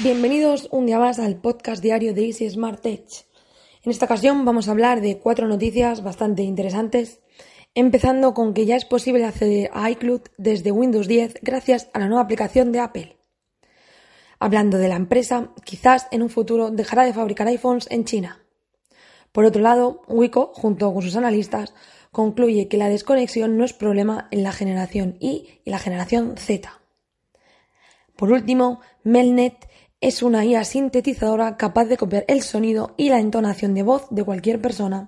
Bienvenidos un día más al podcast diario de Easy Smart Tech. En esta ocasión vamos a hablar de 4 noticias bastante interesantes, empezando con que ya es posible acceder a iCloud desde Windows 10 gracias a la nueva aplicación de Apple. Hablando de la empresa, quizás en un futuro dejará de fabricar iPhones en China. Por otro lado, Wiko, junto con sus analistas, concluye que la desconexión no es problema en la generación Y y la generación Z. Por último, Melnet es una IA sintetizadora capaz de copiar el sonido y la entonación de voz de cualquier persona.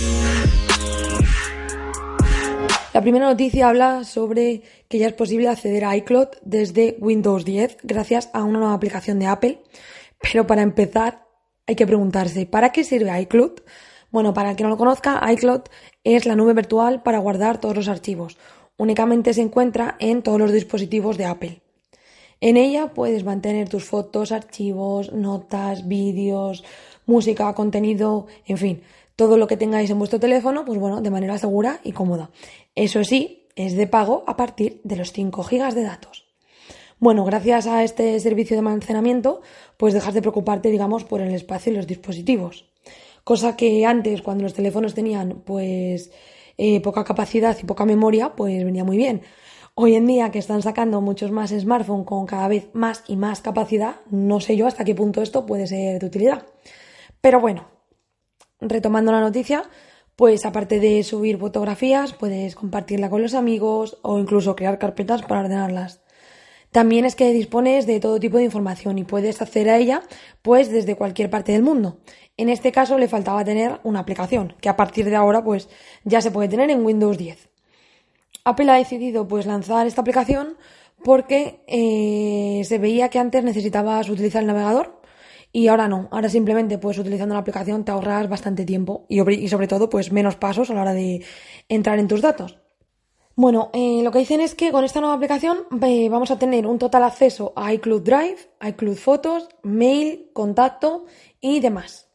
La primera noticia habla sobre que ya es posible acceder a iCloud desde Windows 10 gracias a una nueva aplicación de Apple. Pero para empezar hay que preguntarse, ¿para qué sirve iCloud? Bueno, para el que no lo conozca, iCloud es la nube virtual para guardar todos los archivos. Únicamente se encuentra en todos los dispositivos de Apple. En ella puedes mantener tus fotos, archivos, notas, vídeos, música, contenido, en fin, todo lo que tengáis en vuestro teléfono, pues bueno, de manera segura y cómoda. Eso sí, es de pago a partir de los 5 GB de datos. Bueno, gracias a este servicio de almacenamiento, pues dejas de preocuparte, digamos, por el espacio y los dispositivos. Cosa que antes, cuando los teléfonos tenían, pues, poca capacidad y poca memoria, pues venía muy bien. Hoy en día que están sacando muchos más smartphones con cada vez más y más capacidad, no sé yo hasta qué punto esto puede ser de utilidad. Pero bueno, retomando la noticia, pues aparte de subir fotografías, puedes compartirla con los amigos o incluso crear carpetas para ordenarlas. También es que dispones de todo tipo de información y puedes acceder a ella pues desde cualquier parte del mundo. En este caso le faltaba tener una aplicación, que a partir de ahora pues ya se puede tener en Windows 10. Apple ha decidido pues lanzar esta aplicación porque se veía que antes necesitabas utilizar el navegador y ahora no. Ahora simplemente pues utilizando la aplicación te ahorras bastante tiempo y sobre todo pues menos pasos a la hora de entrar en tus datos. Bueno, lo que dicen es que con esta nueva aplicación vamos a tener un total acceso a iCloud Drive, iCloud Fotos, Mail, Contacto y demás.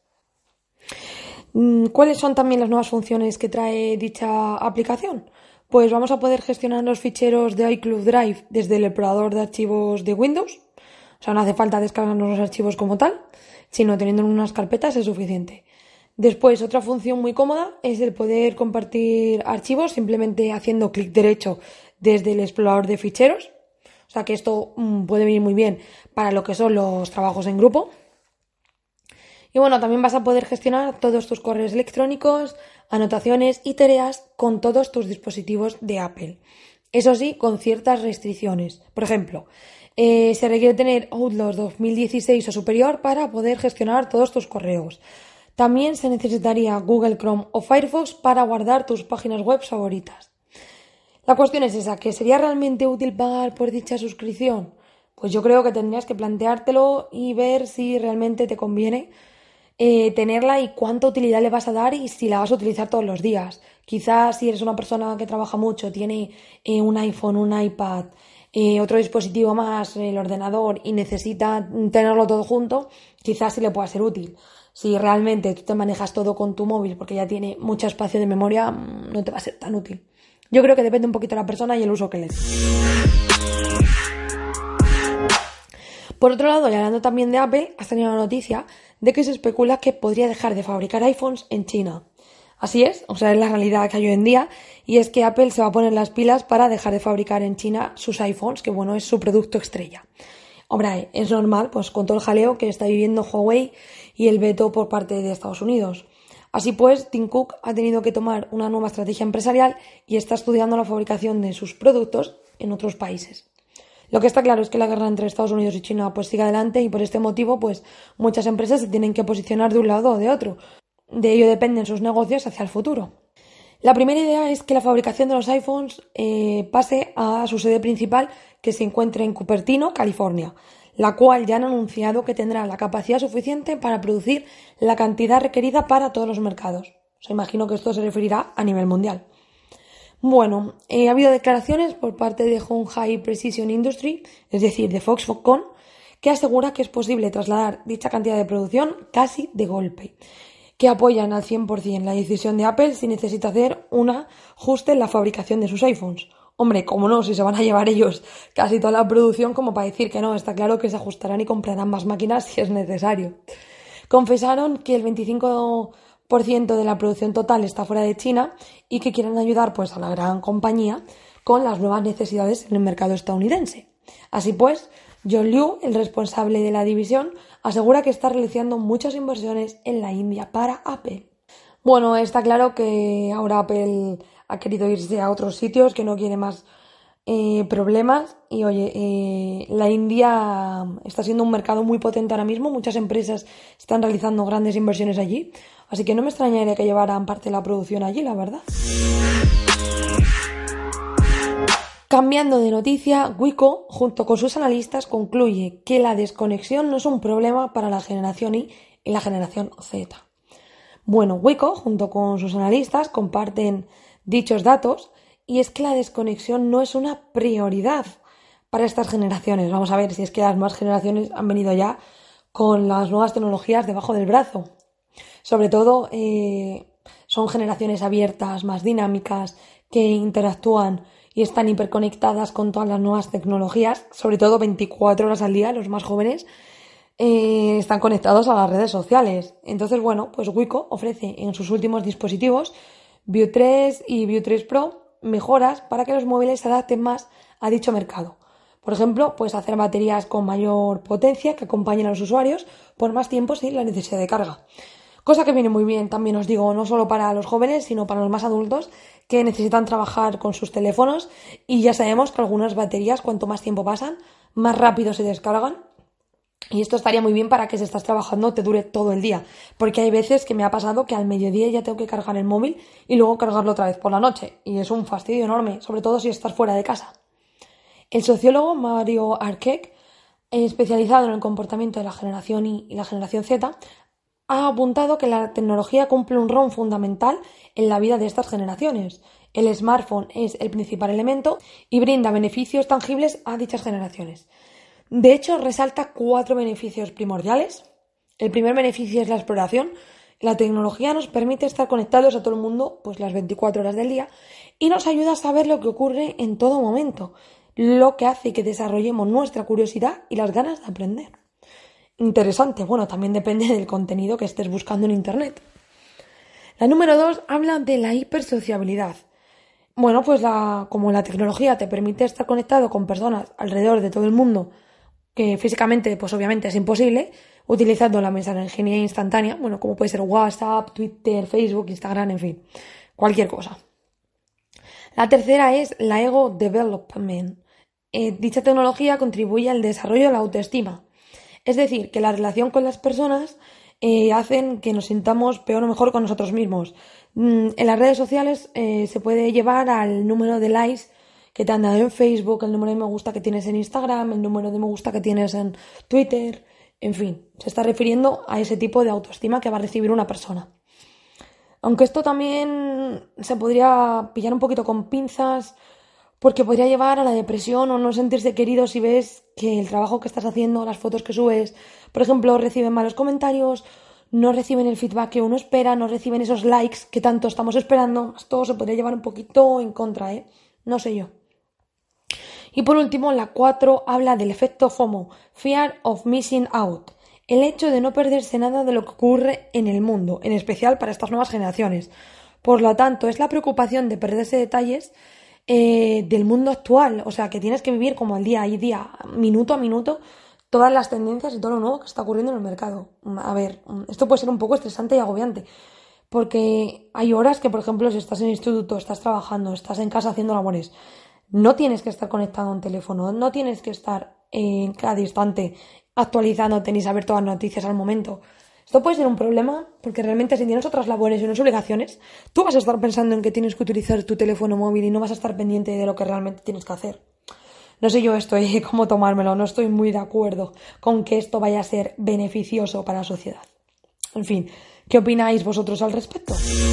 ¿Cuáles son también las nuevas funciones que trae dicha aplicación? Pues vamos a poder gestionar los ficheros de iCloud Drive desde el explorador de archivos de Windows. O sea, no hace falta descargarnos los archivos como tal, sino teniendo unas carpetas es suficiente. Después, otra función muy cómoda es el poder compartir archivos simplemente haciendo clic derecho desde el explorador de ficheros. O sea que esto puede venir muy bien para lo que son los trabajos en grupo. Y bueno, también vas a poder gestionar todos tus correos electrónicos, anotaciones y tareas con todos tus dispositivos de Apple. Eso sí, con ciertas restricciones. Por ejemplo, se requiere tener Outlook 2016 o superior para poder gestionar todos tus correos. También se necesitaría Google Chrome o Firefox para guardar tus páginas web favoritas. La cuestión es esa, ¿que sería realmente útil pagar por dicha suscripción? Pues yo creo que tendrías que planteártelo y ver si realmente te conviene tenerla y cuánta utilidad le vas a dar y si la vas a utilizar todos los días. Quizás si eres una persona que trabaja mucho, tiene un iPhone, un iPad, otro dispositivo más, el ordenador y necesita tenerlo todo junto, quizás sí le pueda ser útil. Si realmente tú te manejas todo con tu móvil porque ya tiene mucho espacio de memoria, no te va a ser tan útil. Yo creo que depende un poquito de la persona y el uso que le dé. Por otro lado, y hablando también de Apple, ha salido la noticia de que se especula que podría dejar de fabricar iPhones en China. Así es, o sea, es la realidad que hay hoy en día, y es que Apple se va a poner las pilas para dejar de fabricar en China sus iPhones, que bueno, es su producto estrella. Hombre, es normal, pues con todo el jaleo que está viviendo Huawei y el veto por parte de Estados Unidos. Así pues, Tim Cook ha tenido que tomar una nueva estrategia empresarial y está estudiando la fabricación de sus productos en otros países. Lo que está claro es que la guerra entre Estados Unidos y China pues sigue adelante y por este motivo pues muchas empresas se tienen que posicionar de un lado o de otro. De ello dependen sus negocios hacia el futuro. La primera idea es que la fabricación de los iPhones pase a su sede principal que se encuentre en Cupertino, California, la cual ya han anunciado que tendrá la capacidad suficiente para producir la cantidad requerida para todos los mercados. O sea, imagino que esto se referirá a nivel mundial. Bueno, ha habido declaraciones por parte de Hon-Hai Precision Industry, es decir, de Foxconn, que asegura que es posible trasladar dicha cantidad de producción casi de golpe, que apoyan al 100% la decisión de Apple si necesita hacer un ajuste en la fabricación de sus iPhones. Hombre, cómo no, si se van a llevar ellos casi toda la producción, como para decir que no, está claro que se ajustarán y comprarán más máquinas si es necesario. Confesaron que el 25% de la producción total está fuera de China y que quieren ayudar pues a la gran compañía con las nuevas necesidades en el mercado estadounidense. Así pues, John Liu, el responsable de la división, asegura que está realizando muchas inversiones en la India para Apple. Bueno, está claro que ahora Apple ha querido irse a otros sitios, que no quiere más problemas. Y oye, la India está siendo un mercado muy potente ahora mismo, muchas empresas están realizando grandes inversiones allí, así que no me extrañaría que llevaran parte de la producción allí, la verdad. Cambiando de noticia, Wiko, junto con sus analistas, concluye que la desconexión no es un problema para la generación Y y la generación Z. Bueno, Wiko, junto con sus analistas, comparten dichos datos y es que la desconexión no es una prioridad para estas generaciones. Vamos a ver si es que las nuevas generaciones han venido ya con las nuevas tecnologías debajo del brazo. Sobre todo son generaciones abiertas, más dinámicas, que interactúan y están hiperconectadas con todas las nuevas tecnologías, sobre todo 24 horas al día, los más jóvenes. Están conectados a las redes sociales. Entonces, bueno, pues Wiko ofrece en sus últimos dispositivos View 3 y View 3 Pro mejoras para que los móviles se adapten más a dicho mercado. Por ejemplo, pues hacer baterías con mayor potencia que acompañen a los usuarios por más tiempo sin la necesidad de carga. Cosa que viene muy bien, también os digo, no solo para los jóvenes, sino para los más adultos que necesitan trabajar con sus teléfonos y ya sabemos que algunas baterías, cuanto más tiempo pasan, más rápido se descargan. Y esto estaría muy bien para que si estás trabajando te dure todo el día, porque hay veces que me ha pasado que al mediodía ya tengo que cargar el móvil y luego cargarlo otra vez por la noche, y es un fastidio enorme, sobre todo si estás fuera de casa. El sociólogo Mario Arquette, especializado en el comportamiento de la generación Y y la generación Z, ha apuntado que la tecnología cumple un rol fundamental en la vida de estas generaciones. El smartphone es el principal elemento y brinda beneficios tangibles a dichas generaciones. De hecho, resalta 4 beneficios primordiales. El primer beneficio es la exploración. La tecnología nos permite estar conectados a todo el mundo pues las 24 horas del día y nos ayuda a saber lo que ocurre en todo momento, lo que hace que desarrollemos nuestra curiosidad y las ganas de aprender. Interesante, bueno, también depende del contenido que estés buscando en Internet. La número 2 habla de la hipersociabilidad. Bueno, pues como la tecnología te permite estar conectado con personas alrededor de todo el mundo, que físicamente, pues obviamente es imposible, utilizando la mensajería instantánea, bueno, como puede ser WhatsApp, Twitter, Facebook, Instagram, en fin, cualquier cosa. La tercera es la Ego Development. Dicha tecnología contribuye al desarrollo de la autoestima. Es decir, que la relación con las personas hacen que nos sintamos peor o mejor con nosotros mismos. En las redes sociales se puede llevar al número de likes que te han dado en Facebook, el número de me gusta que tienes en Instagram, el número de me gusta que tienes en Twitter, en fin, se está refiriendo a ese tipo de autoestima que va a recibir una persona. Aunque esto también se podría pillar un poquito con pinzas, porque podría llevar a la depresión o no sentirse querido si ves que el trabajo que estás haciendo, las fotos que subes, por ejemplo, reciben malos comentarios, no reciben el feedback que uno espera, no reciben esos likes que tanto estamos esperando. Esto se podría llevar un poquito en contra, no sé yo. Y por último, la 4 habla del efecto FOMO, Fear of Missing Out, el hecho de no perderse nada de lo que ocurre en el mundo, en especial para estas nuevas generaciones. Por lo tanto, es la preocupación de perderse detalles del mundo actual, o sea, que tienes que vivir como al día y día, minuto a minuto, todas las tendencias y todo lo nuevo que está ocurriendo en el mercado. A ver, esto puede ser un poco estresante y agobiante, porque hay horas que, por ejemplo, si estás en el instituto, estás trabajando, estás en casa haciendo labores, no tienes que estar conectado a un teléfono, no tienes que estar en cada instante actualizándote ni saber todas las noticias al momento. Esto puede ser un problema porque realmente si tienes otras labores y unas obligaciones, tú vas a estar pensando en que tienes que utilizar tu teléfono móvil y no vas a estar pendiente de lo que realmente tienes que hacer. No sé yo cómo tomármelo, no estoy muy de acuerdo con que esto vaya a ser beneficioso para la sociedad. En fin, ¿qué opináis vosotros al respecto?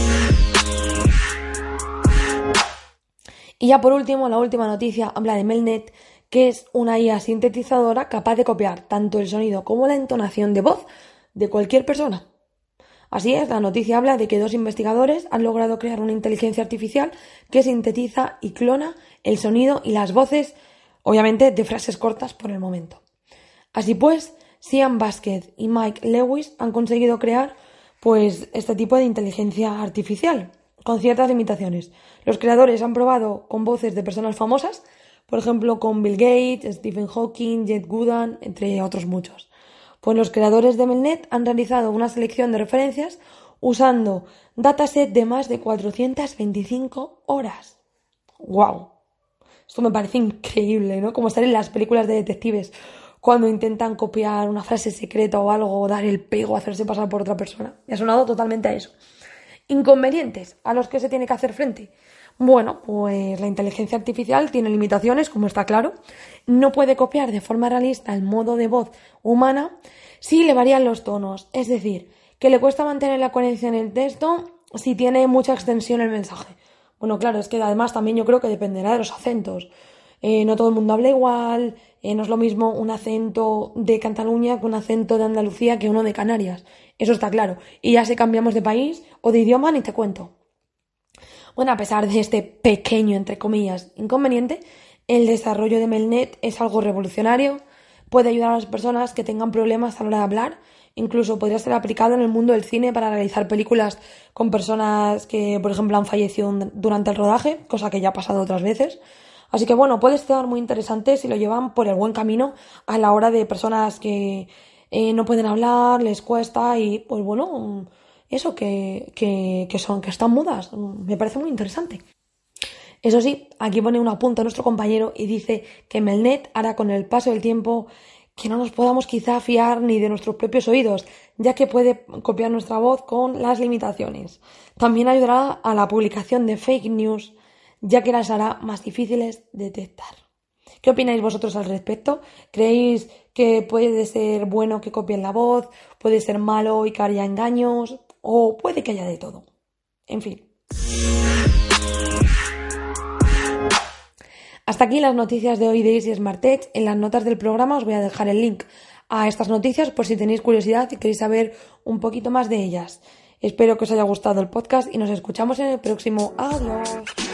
Y ya por último, la última noticia habla de Melnet, que es una IA sintetizadora capaz de copiar tanto el sonido como la entonación de voz de cualquier persona. Así es, la noticia habla de que 2 investigadores han logrado crear una inteligencia artificial que sintetiza y clona el sonido y las voces, obviamente de frases cortas por el momento. Así pues, Sian Vázquez y Mike Lewis han conseguido crear pues este tipo de inteligencia artificial con ciertas limitaciones. Los creadores han probado con voces de personas famosas, por ejemplo con Bill Gates, Stephen Hawking, Jed Gooden, entre otros muchos. Pues los creadores de MelNet han realizado una selección de referencias usando dataset de más de 425 horas. ¡Wow! Esto me parece increíble, ¿no? Como estar en las películas de detectives cuando intentan copiar una frase secreta o algo, o dar el pego, hacerse pasar por otra persona. Me ha sonado totalmente a eso. Inconvenientes a los que se tiene que hacer frente. Bueno, pues la inteligencia artificial tiene limitaciones, como está claro. No puede copiar de forma realista el modo de voz humana si le varían los tonos. Es decir, que le cuesta mantener la coherencia en el texto si tiene mucha extensión el mensaje. Bueno, claro, es que además también yo creo que dependerá de los acentos. No todo el mundo habla igual, no es lo mismo un acento de Cataluña que un acento de Andalucía que uno de Canarias. Eso está claro. Y ya si cambiamos de país o de idioma, ni te cuento. Bueno, a pesar de este pequeño, entre comillas, inconveniente, el desarrollo de MelNet es algo revolucionario, puede ayudar a las personas que tengan problemas a la hora de hablar, incluso podría ser aplicado en el mundo del cine para realizar películas con personas que, por ejemplo, han fallecido durante el rodaje, cosa que ya ha pasado otras veces. Así que bueno, puede estar muy interesante si lo llevan por el buen camino a la hora de personas que no pueden hablar, les cuesta y pues bueno, eso que están mudas. Me parece muy interesante. Eso sí, aquí pone un apunte a nuestro compañero y dice que MelNet hará con el paso del tiempo que no nos podamos quizá fiar ni de nuestros propios oídos, ya que puede copiar nuestra voz con las limitaciones. También ayudará a la publicación de fake news, ya que las hará más difíciles de detectar. ¿Qué opináis vosotros al respecto? ¿Creéis que puede ser bueno que copien la voz? ¿Puede ser malo y que haya engaños? ¿O puede que haya de todo? En fin. Hasta aquí las noticias de hoy de Easy Smart Tech. En las notas del programa os voy a dejar el link a estas noticias por si tenéis curiosidad y queréis saber un poquito más de ellas. Espero que os haya gustado el podcast y nos escuchamos en el próximo. Adiós.